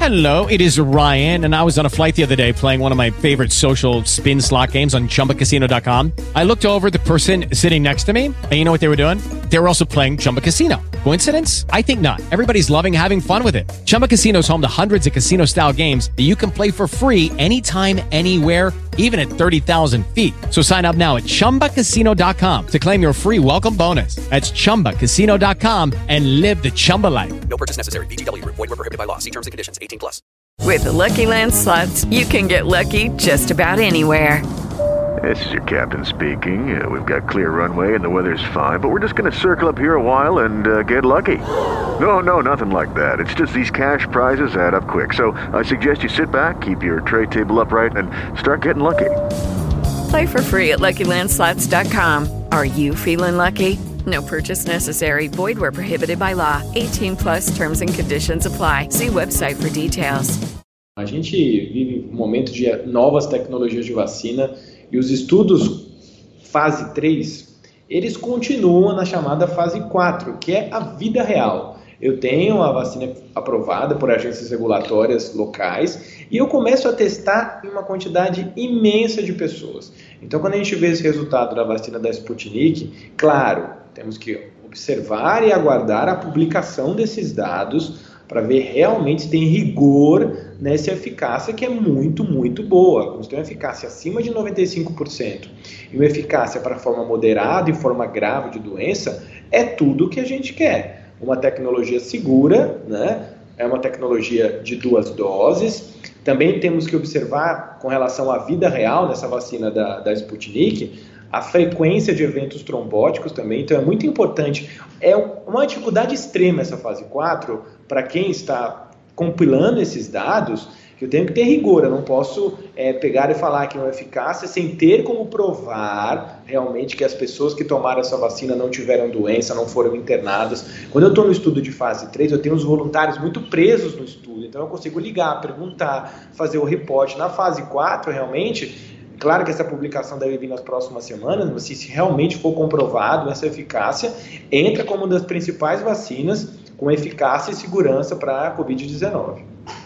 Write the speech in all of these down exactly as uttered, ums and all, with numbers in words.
Hello, it is Ryan, and I was on a flight the other day playing one of my favorite social spin slot games on Chumba Casino dot com. I looked over at the person sitting next to me, and you know what they were doing? They were also playing Chumba Casino. Coincidence? I think not. Everybody's loving having fun with it. Chumba Casino is home to hundreds of casino-style games that you can play for free anytime, anywhere, even at thirty thousand feet. So sign up now at Chumba Casino dot com to claim your free welcome bonus. That's Chumba Casino dot com and live the Chumba life. No purchase necessary. V G W. Void where prohibited by law. See terms and conditions. eighteen plus. With the Lucky Land Slots, you can get lucky just about anywhere. This is your captain speaking. Uh, we've got clear runway and the weather's fine, but we're just going to circle up here a while and uh, get lucky. No, no, nothing like that. It's just these cash prizes add up quick. So I suggest you sit back, keep your tray table upright, and start getting lucky. Play for free at Lucky Land Slots dot com. Are you feeling lucky? No purchase necessary. Void where prohibited by law. eighteen plus terms and conditions apply. See website for details. A gente vive um momento de novas tecnologias de vacina e os estudos fase três, eles continuam na chamada fase quatro, que é a vida real. Eu tenho a vacina aprovada por agências regulatórias locais e eu começo a testar em uma quantidade imensa de pessoas. Então, quando a gente vê esse resultado da vacina da Sputnik, claro, temos que observar e aguardar a publicação desses dados para ver realmente se tem rigor nessa eficácia que é muito, muito boa. Quando tem uma eficácia acima de noventa e cinco por cento e uma eficácia para forma moderada e forma grave de doença, é tudo que a gente quer. Uma tecnologia segura, né? É uma tecnologia de duas doses. Também temos que observar, com relação à vida real nessa vacina da, da Sputnik, a frequência de eventos trombóticos também. Então é muito importante. É uma dificuldade extrema essa fase quatro, para quem está compilando esses dados, que eu tenho que ter rigor. Eu não posso é, pegar e falar que é uma eficácia sem ter como provar realmente que as pessoas que tomaram essa vacina não tiveram doença, não foram internadas. Quando eu estou no estudo de fase três, eu tenho os voluntários muito presos no estudo, então eu consigo ligar, perguntar, fazer o reporte. Na fase quatro, realmente, claro que essa publicação deve vir nas próximas semanas, mas se realmente for comprovado essa eficácia, entra como uma das principais vacinas com eficácia e segurança para a covid dezenove.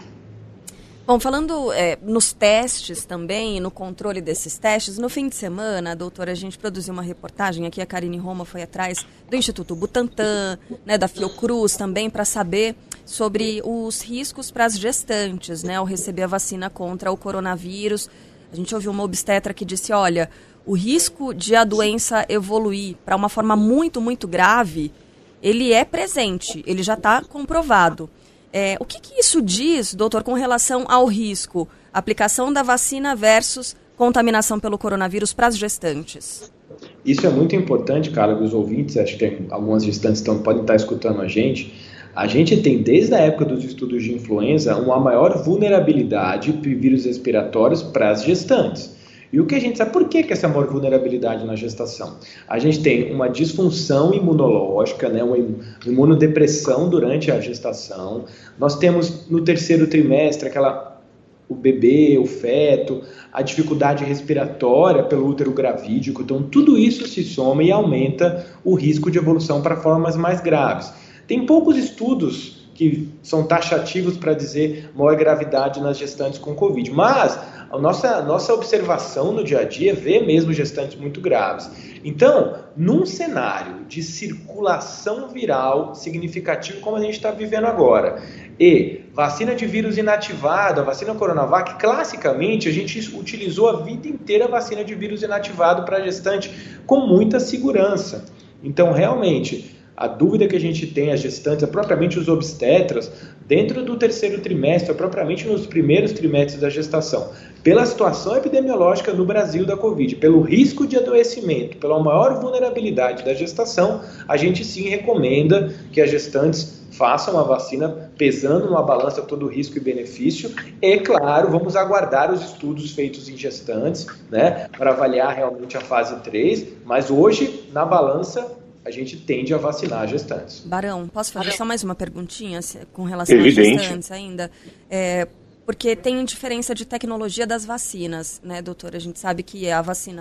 Bom, falando é, nos testes também, no controle desses testes, no fim de semana, doutora, a gente produziu uma reportagem aqui, a Karine Roma foi atrás do Instituto Butantan, né, da Fiocruz também, para saber sobre os riscos para as gestantes, né, ao receber a vacina contra o coronavírus. A gente ouviu uma obstetra que disse, olha, o risco de a doença evoluir para uma forma muito, muito grave, ele é presente, ele já está comprovado. É, o que, que isso diz, doutor, com relação ao risco, aplicação da vacina versus contaminação pelo coronavírus para as gestantes? Isso é muito importante, cara, os ouvintes, acho que tem algumas gestantes que podem estar escutando a gente. A gente tem, desde a época dos estudos de influenza, uma maior vulnerabilidade para vírus respiratórios para as gestantes. E o que a gente sabe, por que, que essa maior vulnerabilidade na gestação? A gente tem uma disfunção imunológica, né, uma imunodepressão durante a gestação. Nós temos no terceiro trimestre aquela, o bebê, o feto, a dificuldade respiratória pelo útero gravídico. Então tudo isso se soma e aumenta o risco de evolução para formas mais graves. Tem poucos estudos que são taxativos para dizer maior gravidade nas gestantes com Covid, mas a nossa, nossa observação no dia a dia vê mesmo gestantes muito graves. Então, num cenário de circulação viral significativo como a gente está vivendo agora, e vacina de vírus inativado, a vacina Coronavac, classicamente a gente utilizou a vida inteira a vacina de vírus inativado para gestante com muita segurança. Então, realmente, a dúvida que a gente tem, as gestantes, propriamente os obstetras, dentro do terceiro trimestre, propriamente nos primeiros trimestres da gestação, pela situação epidemiológica no Brasil da Covid, pelo risco de adoecimento, pela maior vulnerabilidade da gestação, a gente sim recomenda que as gestantes façam a vacina pesando numa balança todo o risco e benefício. E, claro, vamos aguardar os estudos feitos em gestantes, né, para avaliar realmente a fase três, mas hoje, na balança, a gente tende a vacinar gestantes. Barão, posso fazer só mais uma perguntinha com relação Evidente. às gestantes ainda? É, porque tem diferença de tecnologia das vacinas, né, doutora? A gente sabe que a vacina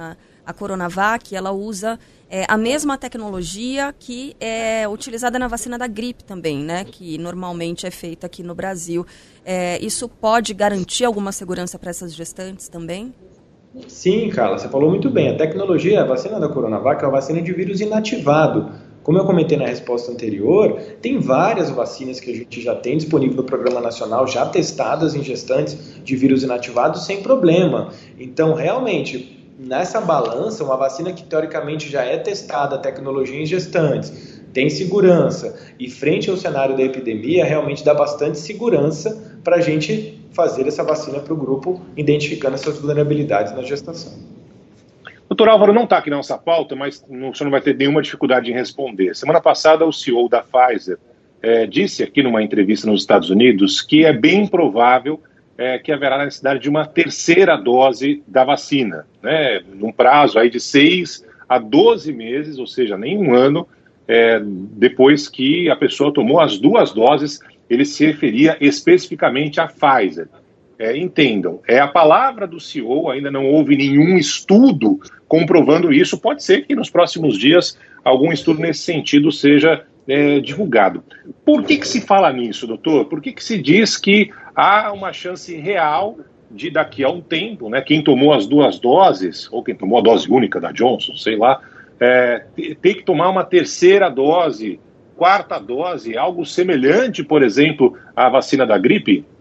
a Coronavac, ela usa é, a mesma tecnologia que é utilizada na vacina da gripe também, né? Que normalmente é feita aqui no Brasil. É, isso pode garantir alguma segurança para essas gestantes também? Sim, Carla, você falou muito bem. A tecnologia, a vacina da Coronavac é uma vacina de vírus inativado. Como eu comentei na resposta anterior, tem várias vacinas que a gente já tem disponível no Programa Nacional, já testadas em gestantes de vírus inativados sem problema. Então, realmente, nessa balança, uma vacina que teoricamente já é testada, a tecnologia em gestantes, tem segurança, e frente ao cenário da epidemia, realmente dá bastante segurança para a gente fazer essa vacina para o grupo, identificando essas vulnerabilidades na gestação. Doutor Álvaro, não está aqui na nossa pauta, mas não, o senhor não vai ter nenhuma dificuldade em responder. Semana passada, o C E O da Pfizer é, disse aqui numa entrevista nos Estados Unidos que é bem provável é, que haverá a necessidade de uma terceira dose da vacina, né, num prazo aí de seis a doze meses, ou seja, nem um ano, é, depois que a pessoa tomou as duas doses. Ele se referia especificamente à Pfizer. É, entendam, é a palavra do C E O, ainda não houve nenhum estudo comprovando isso. Pode ser que nos próximos dias algum estudo nesse sentido seja é, divulgado. Por que que se fala nisso, doutor? Por que que se diz que há uma chance real de daqui a um tempo, né, quem tomou as duas doses, ou quem tomou a dose única da Johnson, sei lá, é, ter que tomar uma terceira dose, quarta dose, algo semelhante, por exemplo, à vacina da gripe?